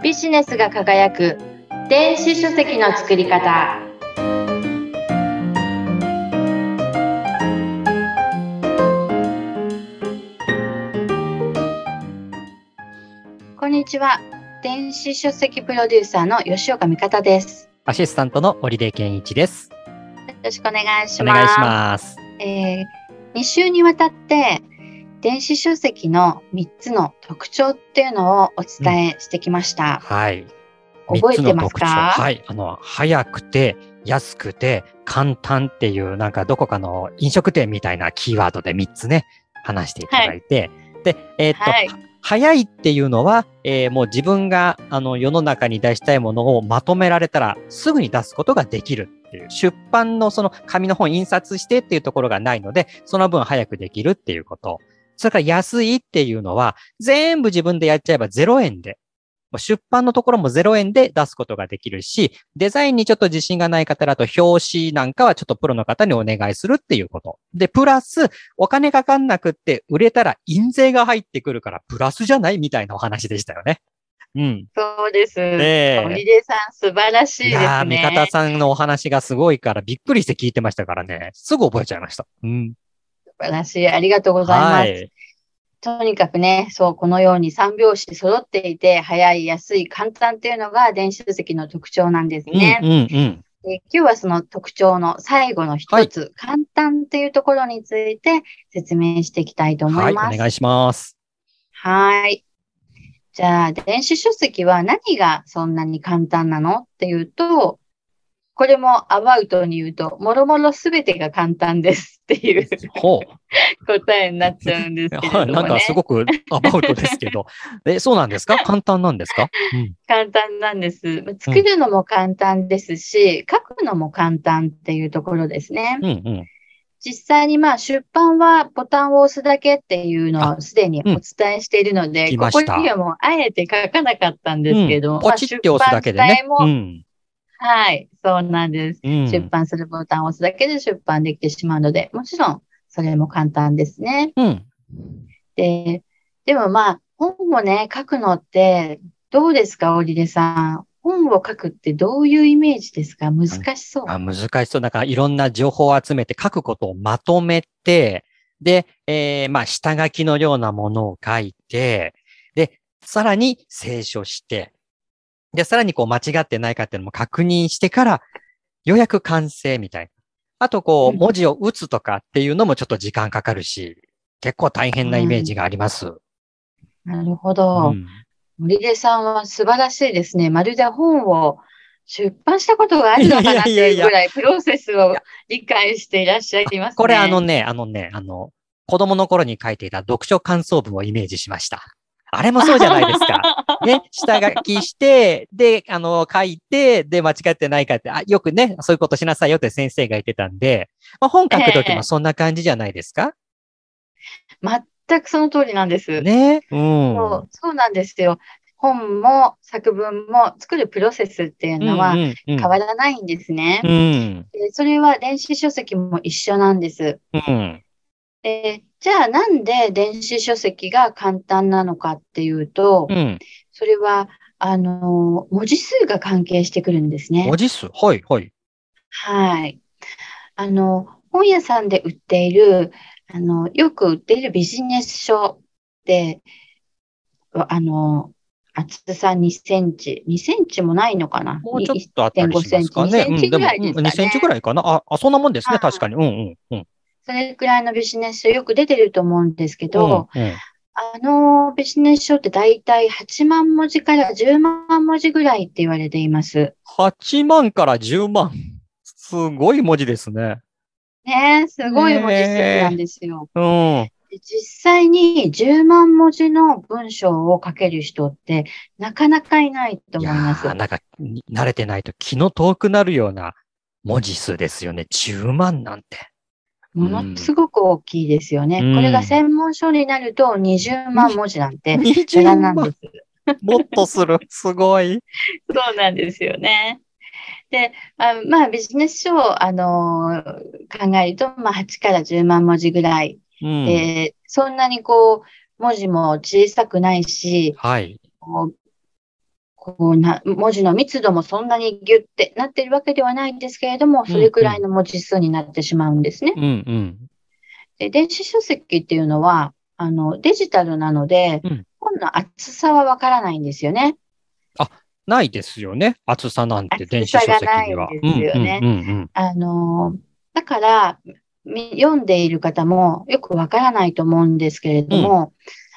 ビジネスが輝く電子書籍の作り方。こんにちは。電子書籍プロデューサーの吉岡美方です。 アシスタントの織出健一です。 よろしくお願いします。 お願いします。 2週にわたって電子書籍の3つの特徴っていうのをお伝えしてきました。 はい。 覚えてますか？ はい。早くて、安くて、簡単っていう、なんかどこかの飲食店みたいなキーワードで3つね、話していただいて、で、早いっていうのは、もう自分が世の中に出したいものをまとめられたらすぐに出すことができるっていう、出版のその紙の本印刷してっていうところがないので、その分早くできるっていうこと。それから安いっていうのは、全部自分でやっちゃえば0円で、出版のところも0円で出すことができるし、デザインにちょっと自信がない方だと表紙なんかはちょっとプロの方にお願いするっていうこと。で、プラスお金かかんなくって売れたら印税が入ってくるからプラスじゃないみたいなお話でしたよね。うん。 そうです。織出さん素晴らしいですね。いやー、 味方さんのお話がすごいからびっくりして聞いてましたからね。すぐ覚えちゃいました。うん。 素晴らしい。ありがとうございます。はい、とにかくね、このように3拍子揃っていて、早い、安い、簡単っていうのが電子書籍の特徴なんですね。今日はその特徴の最後の一つ、簡単っていうところについて説明していきたいと思います。 はい、お願いします。 はい。じゃあ、電子書籍は何がそんなに簡単なのっていうと、これもアバウトに言うと、もろもろすべてが簡単ですっていう答えになっちゃうんですけれどもね。 なんかすごくアバウトですけど。そうなんですか？簡単なんですか？ 簡単なんです。作るのも簡単ですし、書くのも簡単っていうところですね。実際に出版はボタンを押すだけっていうのをすでにお伝えしているので、ここにはもうあえて書かなかったんですけど、 ポチって押すだけでね。 はい、そうなんです。出版するボタンを押すだけで出版できてしまうので、もちろんそれも簡単ですね。でも本をね、書くのってどうですか、織出さん。本を書くってどういうイメージですか？難しそう。 難しそう。だからいろんな情報を集めて書くことをまとめて、で、下書きのようなものを書いて、で、さらに清書して、で、さらに間違ってないかっていうのも確認してから、ようやく完成みたいな。あと文字を打つとかっていうのもちょっと時間かかるし、結構大変なイメージがあります。 なるほど。森出さんは素晴らしいですね。まるで本を出版したことがあるのかなっていうぐらいプロセスを理解していらっしゃいますね。 これ子供の頃に書いていた読書感想文をイメージしました。あれもそうじゃないですか。ね、下書きして、で、書いて、で、間違ってないかって、よくね、そういうことしなさいよって先生が言ってたんで、本書くときもそんな感じじゃないですか？ 全くその通りなんです。 ね。 そうなんですよ。本も作文も作るプロセスっていうのは変わらないんですね。それは電子書籍も一緒なんです。じゃあなんで電子書籍が簡単なのかっていうと、それは文字数が関係してくるんですね。 文字数？はい、はい。 はい。本屋さんで売っている、よく売っているビジネス書で、厚さ2センチ。2センチもないのかな？ もうちょっとあったりしますかね。 2センチぐらいですかね。 2センチぐらいかな。そんなもんですね。確かに。 それくらいのビジネス書よく出てると思うんですけど、ビジネス書ってだいたい8万文字から10万文字ぐらいって言われています。 8万から10万。すごい文字ですね。 ね、すごい文字数なんですよ。実際に10万文字の文章を書ける人ってなかなかいないと思います。 なんか慣れてないと気の遠くなるような文字数ですよね。10万なんて。 ものすごく大きいですよね。これが専門書になると20万文字なんて無駄なんです。 もっとする。すごい。 そうなんですよね。で、ビジネス書を、考えると、8から10万文字ぐらい。そんなに文字も小さくないし、 文字の密度もそんなにギュッてなってるわけではないんですけれども、それくらいの文字数になってしまうんですね。で、電子書籍っていうのは、デジタルなので、本の厚さはわからないんですよね。 ないですよね。厚さなんて電子書籍には。 厚さがないんですよね。だから、読んでいる方もよくわからないと思うんですけれども、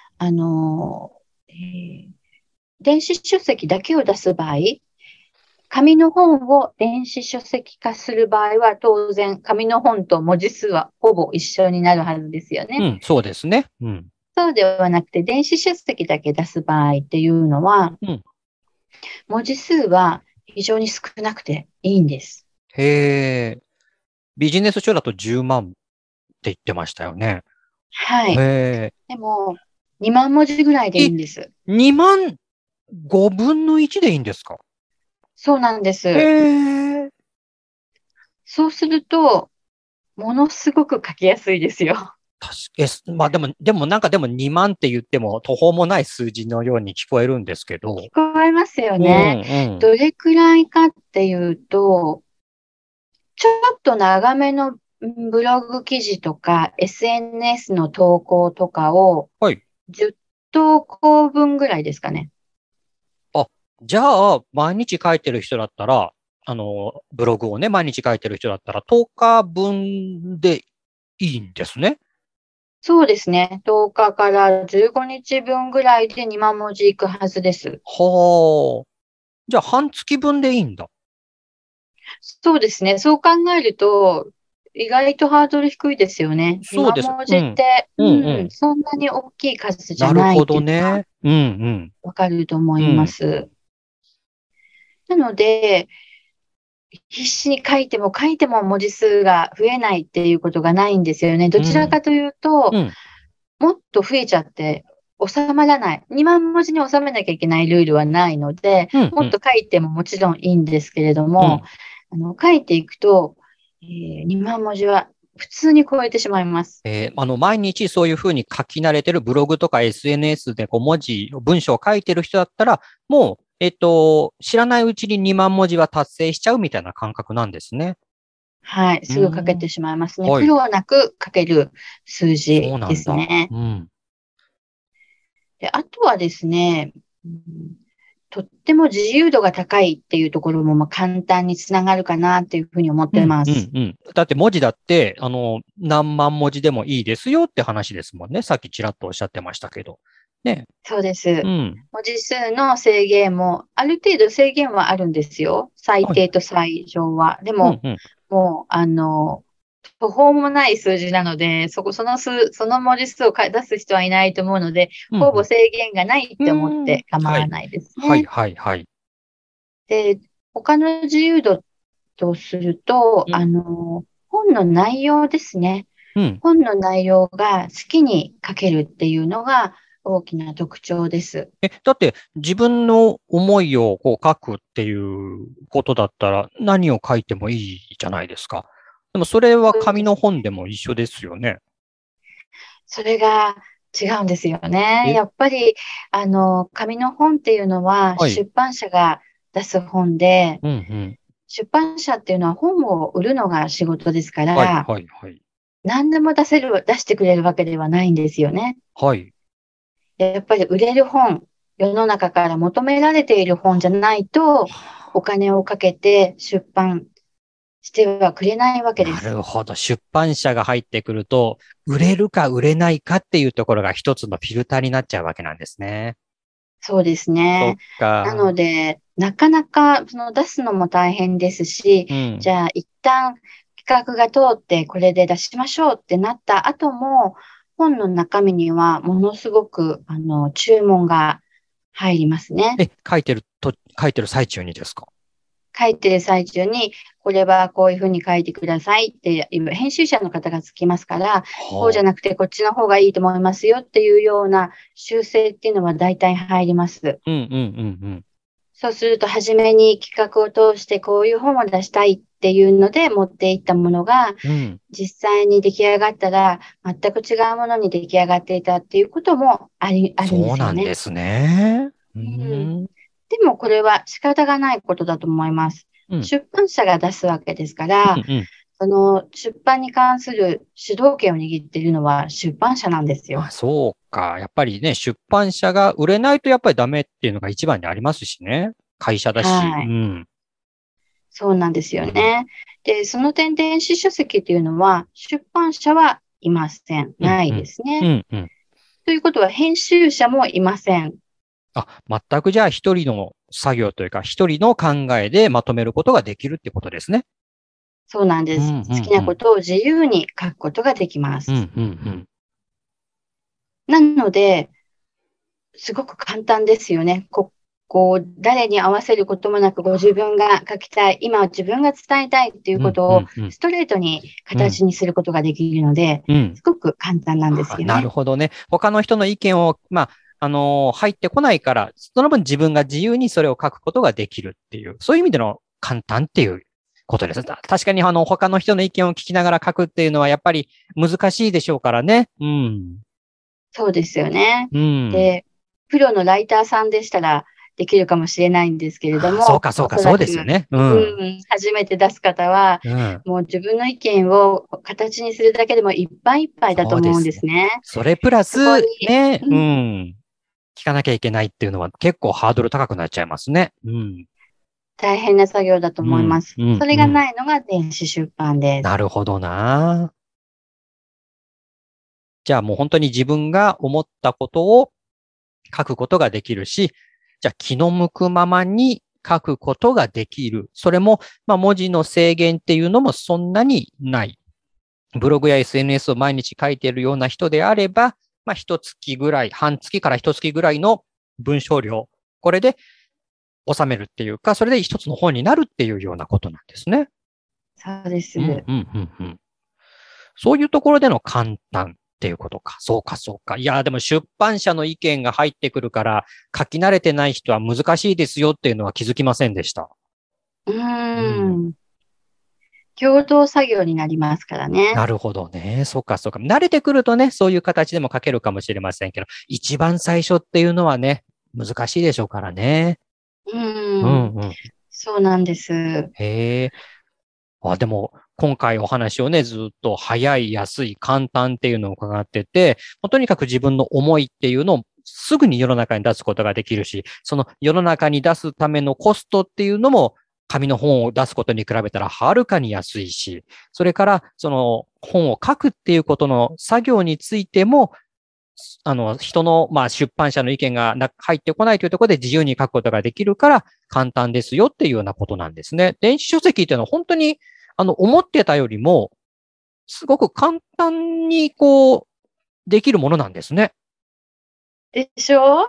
電子書籍だけを出す場合、紙の本を電子書籍化する場合は、当然、紙の本と文字数はほぼ一緒になるはずですよね。 そうですね。 そうではなくて、電子書籍だけ出す場合っていうのは、文字数は非常に少なくていいんです。 へえ。ビジネス書だと10万って言ってましたよね。 はい。でも、2万文字ぐらいでいいんです。 2万5分の1でいいんですか？ そうなんです。 へえ。 そうすると、ものすごく書きやすいですよ。 まあでも2万って言っても途方もない数字のように聞こえるんですけど。 聞こえますよね。どれくらいかっていうと、ちょっと長めのブログ記事とか SNS の投稿とかを10投稿分ぐらいですかね。 じゃあ、毎日書いてる人だったら、ブログをね、毎日書いてる人だったら10日分でいいんですね。 そうですね。10日から15日分ぐらいで2万文字いくはずです。 はあ。じゃあ、半月分でいいんだ。 そうですね。そう考えると、意外とハードル低いですよね。2 そうです。 万文字って、そんなに大きい数じゃないっていうのがわかると思います。なので、必死に書いても文字数が増えないっていうことがないんですよね。どちらかというと、もっと増えちゃって収まらない。2万文字に収めなきゃいけないルールはないので、もっと書いてももちろんいいんですけれども、書いていくと、2万文字は普通に超えてしまいます。 毎日そういうふうに書き慣れてるブログとか SNS で文章を書いてる人だったら、もう、知らないうちに2万文字は達成しちゃうみたいな感覚なんですね。 はい。すぐ書けてしまいますね。苦労なく書ける数字ですね。で、あとはですね、とっても自由度が高いっていうところも簡単につながるかなっていうふうに思ってます。 だって文字だって、何万文字でもいいですよって話ですもんね。さっきちらっとおっしゃってましたけど。ね。 そうです。文字数の制限も、ある程度制限はあるんですよ。最低と最上は。でも、もう、途方もない数字なので、その文字数を出す人はいないと思うので、ほぼ制限がないって思って構わないですね。で、他の自由度とすると、本の内容ですね。本の内容が好きに書けるっていうのが大きな特徴です。 だって自分の思いをこう書くっていうことだったら何を書いてもいいじゃないですか。でもそれは紙の本でも一緒ですよね。 それが違うんですよね。やっぱり、紙の本っていうのは出版社が出す本で、出版社っていうのは本を売るのが仕事ですから、何でも出してくれるわけではないんですよね。やっぱり売れる本、世の中から求められている本じゃないと、お金をかけて出版してはくれないわけです。 なるほど。出版社が入ってくると、売れるか売れないかっていうところが一つのフィルターになっちゃうわけなんですね。 そうですね。なので、なかなか出すのも大変ですし、じゃあ一旦企画が通ってこれで出しましょうってなった後も、本の中身にはものすごく注文が入りますね。 書いてる最中にですか？ 書いてる最中に、これはこういうふうに書いてくださいって編集者の方がつきますから、こうじゃなくてこっちの方がいいと思いますよっていうような修正っていうのは大体入ります。そうすると、初めに企画を通してこういう本を出したいっていうので持っていったものが、実際に出来上がったら全く違うものに出来上がっていたっていうこともあるんですよね。 そうなんですね。 でもこれは仕方がないことだと思います。出版社が出すわけですから、その出版に関する主導権を握っているのは出版社なんですよ。 そうか。やっぱりね、出版社が売れないとやっぱりダメっていうのが一番にありますしね。会社だし。 はい。そうなんですよね。で、その点電子書籍っていうのは出版社はいません。ないですね。ということは編集者もいません。 全くじゃあ一人の作業というか一人の考えでまとめることができるってことですね。 そうなんです。好きなことを自由に書くことができます。なので、すごく簡単ですよね。誰に合わせることもなくご自分が書きたい、今自分が伝えたいっていうことをストレートに形にすることができるので、すごく簡単なんですよね。 なるほどね。他の人の意見を、入ってこないから、その分自分が自由にそれを書くことができるっていう、そういう意味での簡単っていうことです。確かに他の人の意見を聞きながら書くっていうのはやっぱり難しいでしょうからね。 そうですよね。で、プロのライターさんでしたらできるかもしれないんですけれども、 そうですよね。 初めて出す方は、もう自分の意見を形にするだけでもいっぱいいっぱいだと思うんですね。 それプラス、ね、聞かなきゃいけないっていうのは結構ハードル高くなっちゃいますね。 大変な作業だと思います。それがないのが電子出版です。 なるほどな。じゃあもう本当に自分が思ったことを書くことができるし、じゃあ気の向くままに書くことができる。それも、文字の制限っていうのもそんなにない。ブログや SNS を毎日書いているような人であれば、一月ぐらい、半月から一月ぐらいの文章量、これで収めるっていうか、それで一つの本になるっていうようなことなんですね。 そうです。 そういうところでの簡単っていうことか。そうか。いや、でも出版社の意見が入ってくるから、書き慣れてない人は難しいですよっていうのは気づきませんでした。 共同作業になりますからね。 なるほどね。そうか。慣れてくるとね、そういう形でも書けるかもしれませんけど、一番最初っていうのはね、難しいでしょうからね。 そうなんです。 へえ。でも、今回お話をね、ずっと早い、安い、簡単っていうのを伺ってて、とにかく自分の思いっていうのをすぐに世の中に出すことができるし、その世の中に出すためのコストっていうのも、紙の本を出すことに比べたらはるかに安いし、それからその本を書くっていうことの作業についても、人の、出版社の意見が入ってこないというところで自由に書くことができるから簡単ですよっていうようなことなんですね。電子書籍っていうのは本当に、思ってたよりも、すごく簡単に、できるものなんですね。 でしょ？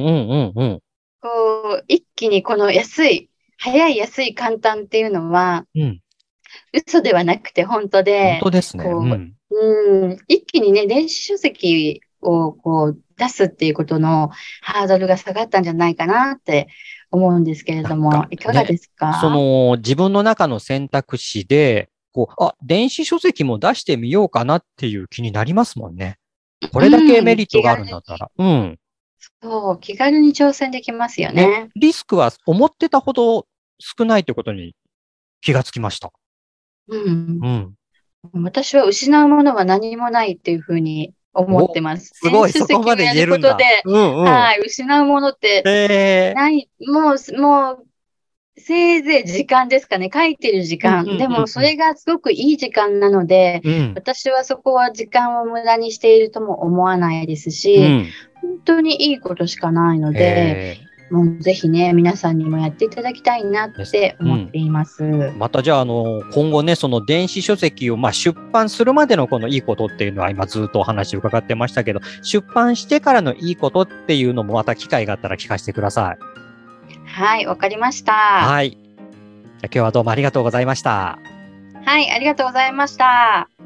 一気にこの早い、安い、簡単っていうのは、嘘ではなくて本当で、 本当ですね。 一気にね、電子書籍を出すっていうことのハードルが下がったんじゃないかなって思うんですけれども、いかがですか？ 自分の中の選択肢で、電子書籍も出してみようかなっていう気になりますもんね。これだけメリットがあるんだったら。 そう、気軽に挑戦できますよね。 リスクは思ってたほど少ないということに気がつきました。 私は失うものは何もないっていうふうに思ってます。 すごい、そこまで言えるんだ。 はい、失うものってない、もう、せいぜい時間ですかね。書いてる時間。でも、それがすごくいい時間なので、私はそこは時間を無駄にしているとも思わないですし、本当にいいことしかないので、もうぜひね、皆さんにもやっていただきたいなって思っています。 またじゃあ、今後ね、その電子書籍を出版するまでのこのいいことっていうのは今ずっとお話を伺ってましたけど、出版してからのいいことっていうのもまた機会があったら聞かせてください。 はい、わかりました。 はい。じゃあ今日はどうもありがとうございました。 はい、ありがとうございました。